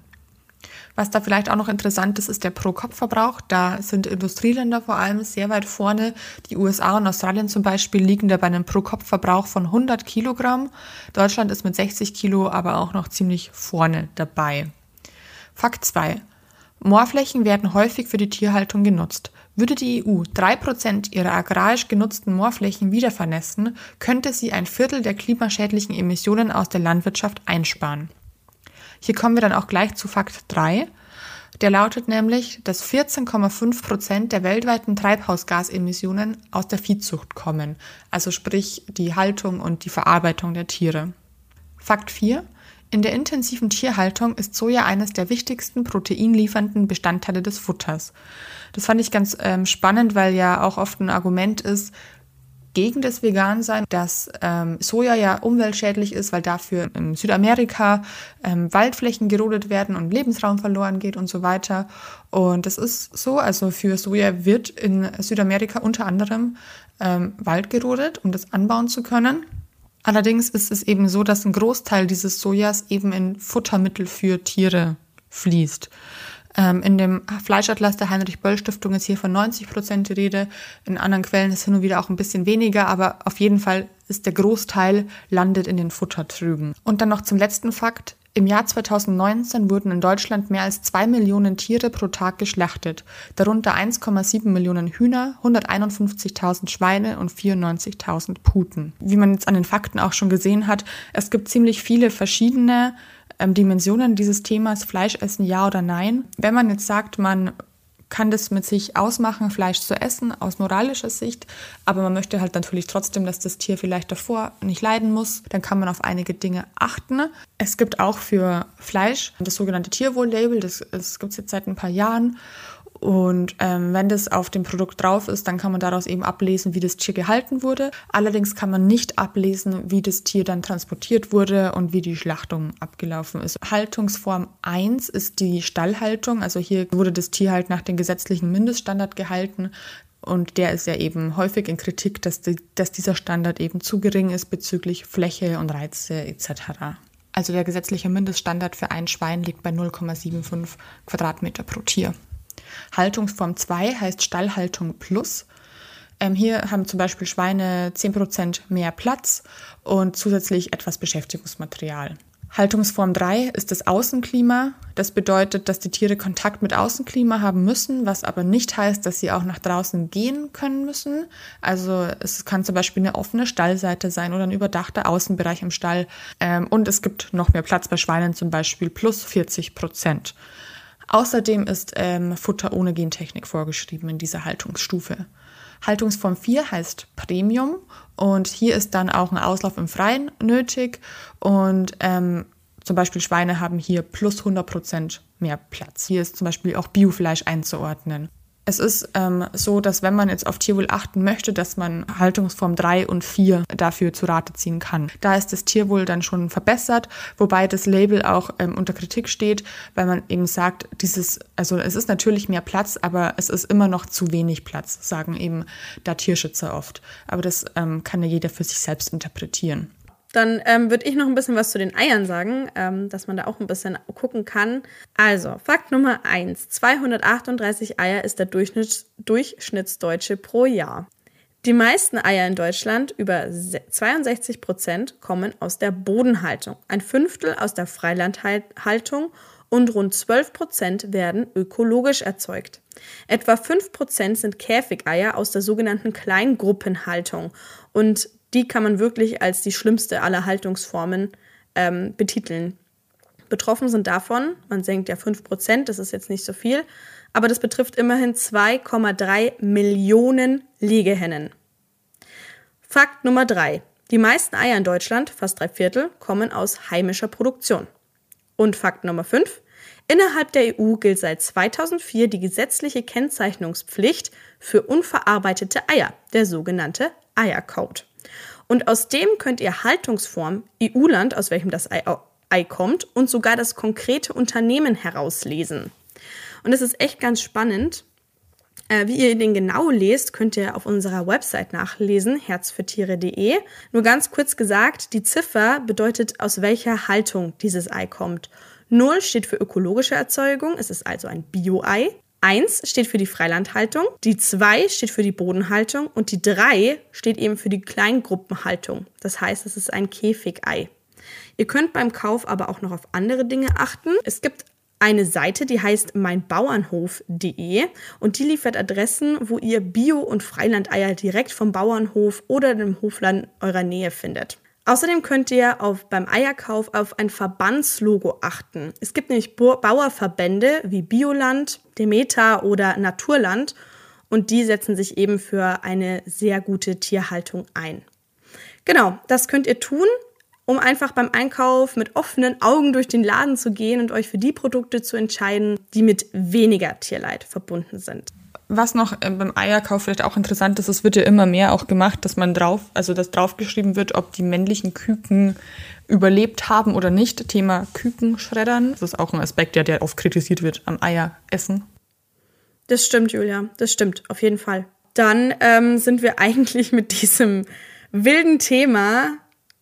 Was da vielleicht auch noch interessant ist, ist der Pro-Kopf-Verbrauch. Da sind Industrieländer vor allem sehr weit vorne. Die U S A und Australien zum Beispiel liegen da bei einem Pro-Kopf-Verbrauch von hundert Kilogramm. Deutschland ist mit sechzig Kilo aber auch noch ziemlich vorne dabei. Fakt zwei. Moorflächen werden häufig für die Tierhaltung genutzt. Würde die E U drei Prozent ihrer agrarisch genutzten Moorflächen wiedervernässen, könnte sie ein Viertel der klimaschädlichen Emissionen aus der Landwirtschaft einsparen. Hier kommen wir dann auch gleich zu Fakt drei. Der lautet nämlich, dass vierzehn Komma fünf Prozent der weltweiten Treibhausgasemissionen aus der Viehzucht kommen, also sprich die Haltung und die Verarbeitung der Tiere. Fakt vier. In der intensiven Tierhaltung ist Soja eines der wichtigsten proteinliefernden Bestandteile des Futters. Das fand ich ganz ähm, spannend, weil ja auch oft ein Argument ist, gegen das Vegansein, dass ähm, Soja ja umweltschädlich ist, weil dafür in Südamerika ähm, Waldflächen gerodet werden und Lebensraum verloren geht und so weiter. Und das ist so, also für Soja wird in Südamerika unter anderem ähm, Wald gerodet, um das anbauen zu können. Allerdings ist es eben so, dass ein Großteil dieses Sojas eben in Futtermittel für Tiere fließt. Ähm, in dem Fleischatlas der Heinrich-Böll-Stiftung ist hier von neunzig Prozent die Rede. In anderen Quellen ist hin und wieder auch ein bisschen weniger, aber auf jeden Fall ist der Großteil landet in den Futtertrügen. Und dann noch zum letzten Fakt. Im Jahr zweitausendneunzehn wurden in Deutschland mehr als zwei Millionen Tiere pro Tag geschlachtet, darunter eins Komma sieben Millionen Hühner, hunderteinundfünfzigtausend Schweine und vierundneunzigtausend Puten. Wie man jetzt an den Fakten auch schon gesehen hat, es gibt ziemlich viele verschiedene ähm, Dimensionen dieses Themas, Fleisch essen, ja oder nein. Wenn man jetzt sagt, man kann das mit sich ausmachen, Fleisch zu essen, aus moralischer Sicht. Aber man möchte halt natürlich trotzdem, dass das Tier vielleicht davor nicht leiden muss. Dann kann man auf einige Dinge achten. Es gibt auch für Fleisch das sogenannte Tierwohl-Label. Das, das gibt es jetzt seit ein paar Jahren. Und ähm, wenn das auf dem Produkt drauf ist, dann kann man daraus eben ablesen, wie das Tier gehalten wurde. Allerdings kann man nicht ablesen, wie das Tier dann transportiert wurde und wie die Schlachtung abgelaufen ist. Haltungsform eins ist die Stallhaltung. Also hier wurde das Tier halt nach dem gesetzlichen Mindeststandard gehalten. Und der ist ja eben häufig in Kritik, dass, die, dass dieser Standard eben zu gering ist bezüglich Fläche und Reize et cetera. Also der gesetzliche Mindeststandard für ein Schwein liegt bei null Komma fünfundsiebzig Quadratmeter pro Tier. Haltungsform zwei heißt Stallhaltung Plus. Ähm, hier haben zum Beispiel Schweine zehn Prozent mehr Platz und zusätzlich etwas Beschäftigungsmaterial. Haltungsform drei ist das Außenklima. Das bedeutet, dass die Tiere Kontakt mit Außenklima haben müssen, was aber nicht heißt, dass sie auch nach draußen gehen können müssen. Also es kann zum Beispiel eine offene Stallseite sein oder ein überdachter Außenbereich im Stall. Ähm, und es gibt noch mehr Platz bei Schweinen zum Beispiel plus vierzig Prozent. Außerdem ist ähm, Futter ohne Gentechnik vorgeschrieben in dieser Haltungsstufe. Haltungsform vier heißt Premium und hier ist dann auch ein Auslauf im Freien nötig und ähm, zum Beispiel Schweine haben hier plus hundert Prozent mehr Platz. Hier ist zum Beispiel auch Biofleisch einzuordnen. Es ist ähm, so, dass wenn man jetzt auf Tierwohl achten möchte, dass man Haltungsform drei und vier dafür zu Rate ziehen kann. Da ist das Tierwohl dann schon verbessert, wobei das Label auch ähm, unter Kritik steht, weil man eben sagt, dieses, also es ist natürlich mehr Platz, aber es ist immer noch zu wenig Platz, sagen eben da Tierschützer oft. Aber das ähm, kann ja jeder für sich selbst interpretieren. Dann ähm, würde ich noch ein bisschen was zu den Eiern sagen, ähm, dass man da auch ein bisschen gucken kann. Also, Fakt Nummer eins. zweihundertachtunddreißig Eier ist der Durchschnitts- Durchschnittsdeutsche pro Jahr. Die meisten Eier in Deutschland, über zweiundsechzig Prozent, kommen aus der Bodenhaltung, ein Fünftel aus der Freilandhaltung und rund zwölf Prozent werden ökologisch erzeugt. Etwa fünf Prozent sind Käfigeier aus der sogenannten Kleingruppenhaltung und die kann man wirklich als die schlimmste aller Haltungsformen ähm, betiteln. Betroffen sind davon, man denkt ja fünf Prozent, das ist jetzt nicht so viel, aber das betrifft immerhin zwei Komma drei Millionen Legehennen. Fakt Nummer drei. Die meisten Eier in Deutschland, fast drei Viertel, kommen aus heimischer Produktion. Und Fakt Nummer fünf. Innerhalb der E U gilt seit zweitausendvier die gesetzliche Kennzeichnungspflicht für unverarbeitete Eier, der sogenannte Eiercode. Und aus dem könnt ihr Haltungsform, E U-Land, aus welchem das Ei, Ei kommt, und sogar das konkrete Unternehmen herauslesen. Und das ist echt ganz spannend. Äh, wie ihr den genau lest, könnt ihr auf unserer Website nachlesen, herzfürtiere punkt de. Nur ganz kurz gesagt, die Ziffer bedeutet, aus welcher Haltung dieses Ei kommt. null steht für ökologische Erzeugung, es ist also ein Bio-Ei. eins steht für die Freilandhaltung, die zwei steht für die Bodenhaltung und die drei steht eben für die Kleingruppenhaltung. Das heißt, es ist ein Käfigei. Ihr könnt beim Kauf aber auch noch auf andere Dinge achten. Es gibt eine Seite, die heißt meinbauernhof punkt de und die liefert Adressen, wo ihr Bio- und Freilandeier direkt vom Bauernhof oder dem Hofland eurer Nähe findet. Außerdem könnt ihr auf, beim Eierkauf auf ein Verbandslogo achten. Es gibt nämlich Bauerverbände wie Bioland, Demeter oder Naturland und die setzen sich eben für eine sehr gute Tierhaltung ein. Genau, das könnt ihr tun, um einfach beim Einkauf mit offenen Augen durch den Laden zu gehen und euch für die Produkte zu entscheiden, die mit weniger Tierleid verbunden sind. Was noch äh, beim Eierkauf vielleicht auch interessant ist, es wird ja immer mehr auch gemacht, dass man drauf, also dass draufgeschrieben wird, ob die männlichen Küken überlebt haben oder nicht. Thema Kükenschreddern. Das ist auch ein Aspekt, ja, der oft kritisiert wird am Eieressen. Das stimmt, Julia. Das stimmt, auf jeden Fall. Dann ähm, sind wir eigentlich mit diesem wilden Thema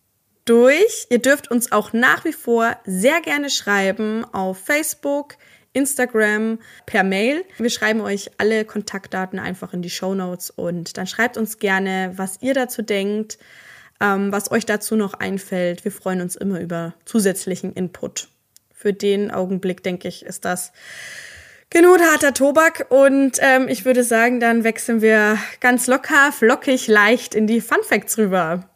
durch. Ihr dürft uns auch nach wie vor sehr gerne schreiben auf Facebook, Instagram, per Mail. Wir schreiben euch alle Kontaktdaten einfach in die Shownotes und dann schreibt uns gerne, was ihr dazu denkt, ähm, was euch dazu noch einfällt. Wir freuen uns immer über zusätzlichen Input. Für den Augenblick, denke ich, ist das genug harter Tobak und ähm, ich würde sagen, dann wechseln wir ganz locker, flockig, leicht in die Fun Facts rüber.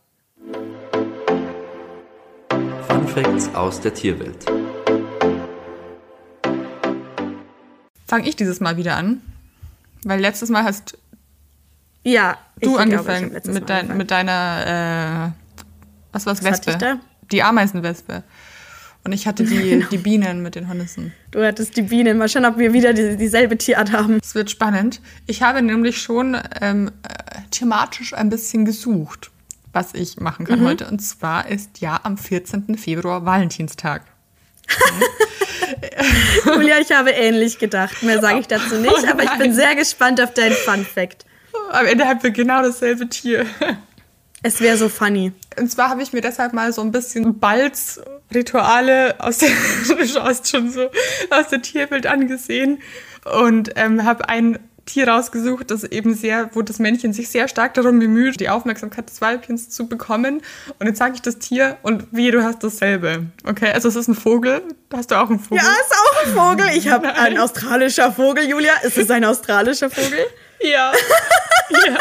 Fun Facts aus der Tierwelt. Fange ich dieses Mal wieder an? Weil letztes Mal hast ja, du ich angefangen glaube, ich mit, dein, mit deiner, äh, was war's, Was Wespe? hatte ich da? Die Ameisenwespe. Und ich hatte die, Genau. die Bienen mit den Hornissen. Du hattest die Bienen. Mal schauen, ob wir wieder die, dieselbe Tierart haben. Es wird spannend. Ich habe nämlich schon ähm, äh, thematisch ein bisschen gesucht, was ich machen kann mhm. heute. Und zwar ist ja am vierzehnten Februar Valentinstag. Julia, ich habe ähnlich gedacht. Mehr sage ich dazu nicht, oh aber ich bin sehr gespannt auf deinen Fun-Fact. Am Ende haben wir genau dasselbe Tier. Es wäre so funny. Und zwar habe ich mir deshalb mal so ein bisschen Balzrituale aus der, du schaust schon so, aus der Tierwelt angesehen und ähm, habe ein Tier rausgesucht, das eben sehr, wo das Männchen sich sehr stark darum bemüht, die Aufmerksamkeit des Weibchens zu bekommen. Und jetzt sage ich das Tier und wie, du hast dasselbe. Okay, also es ist ein Vogel. Hast du auch einen Vogel? Ja, ist auch ein Vogel. Ich habe ein australischer Vogel, Julia. Ist es ein australischer Vogel? Ja. Ja.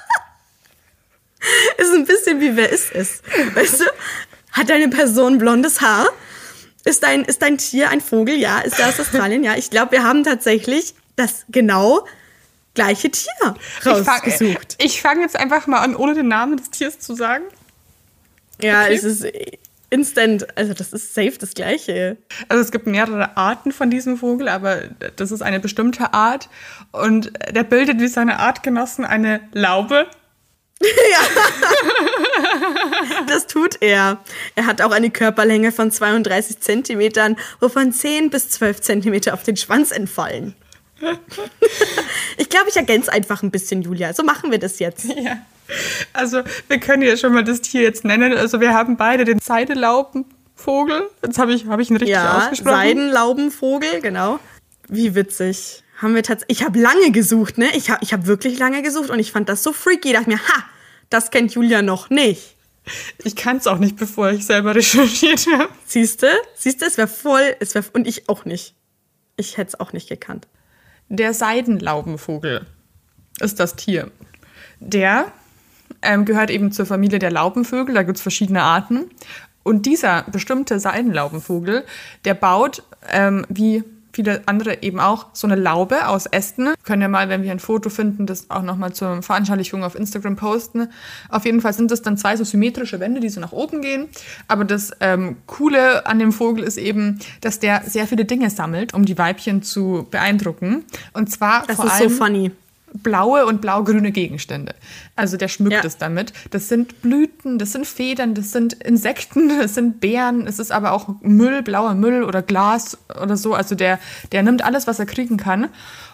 Ist ein bisschen wie, wer ist es? Weißt du, hat deine Person blondes Haar? Ist dein, ist dein Tier ein Vogel? Ja. Ist der aus Australien? Ja. Ich glaube, wir haben tatsächlich das genau gleiche Tier rausgesucht. Ich fange fang jetzt einfach mal an, ohne den Namen des Tiers zu sagen. Ja, Okay. es ist instant. Also das ist safe das Gleiche. Also es gibt mehrere Arten von diesem Vogel, aber das ist eine bestimmte Art. Und der bildet wie seine Artgenossen eine Laube. Ja, das tut er. Er hat auch eine Körperlänge von zweiunddreißig Zentimetern, wovon zehn bis zwölf Zentimeter auf den Schwanz entfallen. Ich glaube, ich ergänze einfach ein bisschen, Julia. So machen wir das jetzt. Ja, also wir können ja schon mal das Tier jetzt nennen. Also wir haben beide den Seidelaubenvogel. Jetzt habe ich, hab ich ihn richtig ja, ausgesprochen. Seidenlaubenvogel, genau. Wie witzig. Haben wir tatsächlich. Ich habe lange gesucht, ne? Ich habe ich hab wirklich lange gesucht und ich fand das so freaky. Ich dachte mir, ha, das kennt Julia noch nicht. Ich kann es auch nicht, bevor ich selber recherchiert habe. Siehste? Siehste, es wäre voll, es wäre und ich auch nicht. Ich hätte es auch nicht gekannt. Der Seidenlaubenvogel ist das Tier. Der ähm, gehört eben zur Familie der Laubenvögel, da gibt es verschiedene Arten. Und dieser bestimmte Seidenlaubenvogel, der baut, ähm, wie viele andere eben auch, so eine Laube aus Ästen. Wir können ja mal, wenn wir ein Foto finden, das auch nochmal zur Veranschaulichung auf Instagram posten. Auf jeden Fall sind das dann zwei so symmetrische Wände, die so nach oben gehen. Aber das ähm, Coole an dem Vogel ist eben, dass der sehr viele Dinge sammelt, um die Weibchen zu beeindrucken. Und zwar Das vor ist allem so funny. blaue und blau-grüne Gegenstände. Also der schmückt Ja. es damit. Das sind Blüten, das sind Federn, das sind Insekten, das sind Beeren, es ist aber auch Müll, blauer Müll oder Glas oder so. Also der, der nimmt alles, was er kriegen kann.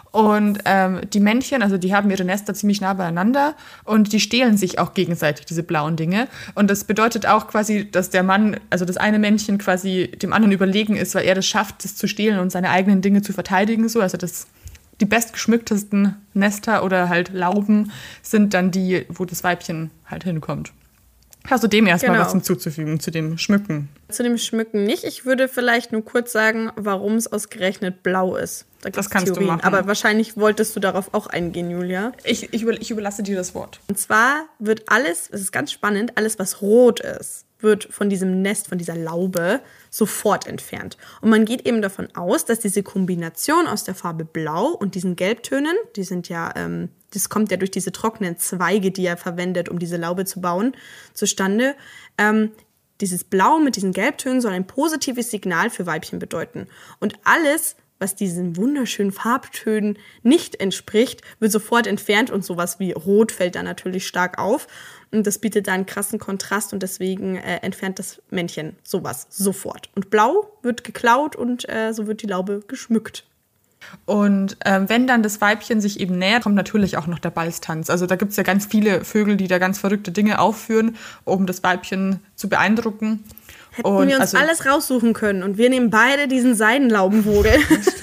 Und ähm, die Männchen, also die haben ihre Nester ziemlich nah beieinander und die stehlen sich auch gegenseitig diese blauen Dinge. Und das bedeutet auch quasi, dass der Mann, also das eine Männchen quasi dem anderen überlegen ist, weil er das schafft, das zu stehlen und seine eigenen Dinge zu verteidigen. So, also das Die bestgeschmücktesten Nester oder halt Lauben sind dann die, wo das Weibchen halt hinkommt. Hast du dem erstmal Genau. was hinzuzufügen, zu dem Schmücken? Zu dem Schmücken nicht. Ich würde vielleicht nur kurz sagen, warum es ausgerechnet blau ist. Da Das gibt's kannst du Theorien. machen. Aber wahrscheinlich wolltest du darauf auch eingehen, Julia. Ich, ich, über, ich überlasse dir das Wort. Und zwar wird alles, es ist ganz spannend, alles, was rot ist, wird von diesem Nest, von dieser Laube sofort entfernt. Und man geht eben davon aus, dass diese Kombination aus der Farbe Blau und diesen Gelbtönen, die sind ja, ähm, das kommt ja durch diese trockenen Zweige, die er verwendet, um diese Laube zu bauen, zustande. Ähm, dieses Blau mit diesen Gelbtönen soll ein positives Signal für Weibchen bedeuten. Und alles, was diesen wunderschönen Farbtönen nicht entspricht, wird sofort entfernt und sowas wie Rot fällt da natürlich stark auf. Und das bietet da einen krassen Kontrast und deswegen äh, entfernt das Männchen sowas sofort. Und Blau wird geklaut und äh, so wird die Laube geschmückt. Und ähm, wenn dann das Weibchen sich eben nähert, kommt natürlich auch noch der Balztanz. Also da gibt es ja ganz viele Vögel, die da ganz verrückte Dinge aufführen, um das Weibchen zu beeindrucken. Hätten und wir uns also, alles raussuchen können und wir nehmen beide diesen Seidenlaubenvogel.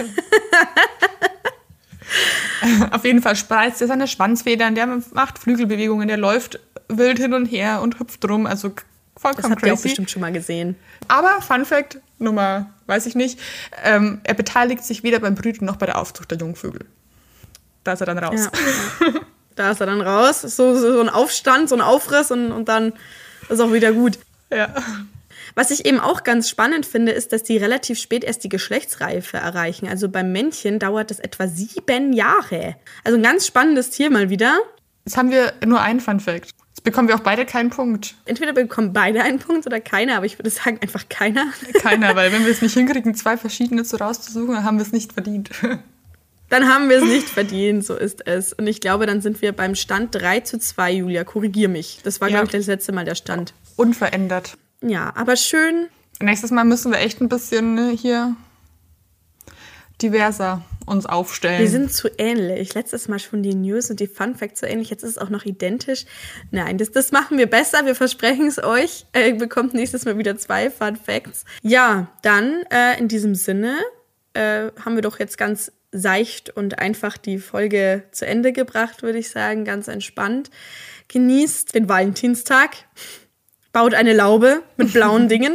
Auf jeden Fall spreizt er seine Schwanzfedern, der macht Flügelbewegungen, der läuft wild hin und her und hüpft rum, also vollkommen Das habt crazy. ihr auch bestimmt schon mal gesehen. Aber Fun Fact Nummer, weiß ich nicht, ähm, er beteiligt sich weder beim Brüten noch bei der Aufzucht der Jungvögel. Da ist er dann raus. Ja. Da ist er dann raus, so, so, so ein Aufstand, so ein Aufriss und, und dann ist auch wieder gut. Ja. Was ich eben auch ganz spannend finde, ist, dass die relativ spät erst die Geschlechtsreife erreichen. Also beim Männchen dauert das etwa sieben Jahre. Also ein ganz spannendes Tier mal wieder. Jetzt haben wir nur einen Fun Fact. Jetzt bekommen wir auch beide keinen Punkt. Entweder bekommen beide einen Punkt oder keiner, aber ich würde sagen einfach keiner. Keiner, weil wenn wir es nicht hinkriegen, zwei verschiedene zu rauszusuchen, dann haben wir es nicht verdient. Dann haben wir es nicht verdient, so ist es. Und ich glaube, dann sind wir beim Stand drei zu zwei, Julia. Korrigier mich. Das war, Ja. glaube ich, das letzte Mal der Stand. Unverändert. Ja, aber schön. Nächstes Mal müssen wir echt ein bisschen ne, hier diverser uns aufstellen. Wir sind zu ähnlich. Letztes Mal schon die News und die Fun Facts so ähnlich. Jetzt ist es auch noch identisch. Nein, das, das machen wir besser. Wir versprechen es euch. Äh, ihr bekommt nächstes Mal wieder zwei Fun Facts. Ja, dann äh, in diesem Sinne äh, haben wir doch jetzt ganz seicht und einfach die Folge zu Ende gebracht, würde ich sagen. Ganz entspannt. Genießt den Valentinstag. Baut eine Laube mit blauen Dingen,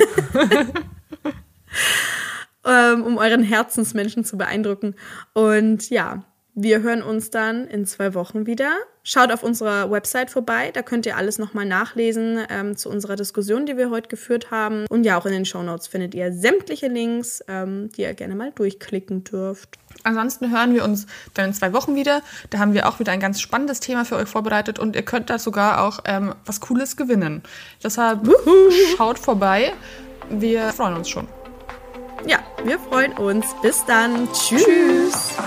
ähm, um euren Herzensmenschen zu beeindrucken. Und ja, wir hören uns dann in zwei Wochen wieder. Schaut auf unserer Website vorbei, da könnt ihr alles nochmal nachlesen ähm, zu unserer Diskussion, die wir heute geführt haben. Und ja, auch in den Shownotes findet ihr sämtliche Links, ähm, die ihr gerne mal durchklicken dürft. Ansonsten hören wir uns dann in zwei Wochen wieder. Da haben wir auch wieder ein ganz spannendes Thema für euch vorbereitet und ihr könnt da sogar auch ähm, was Cooles gewinnen. Deshalb Wuhu. Schaut vorbei. Wir freuen uns schon. Ja, wir freuen uns. Bis dann. Tschüss. Tschüss.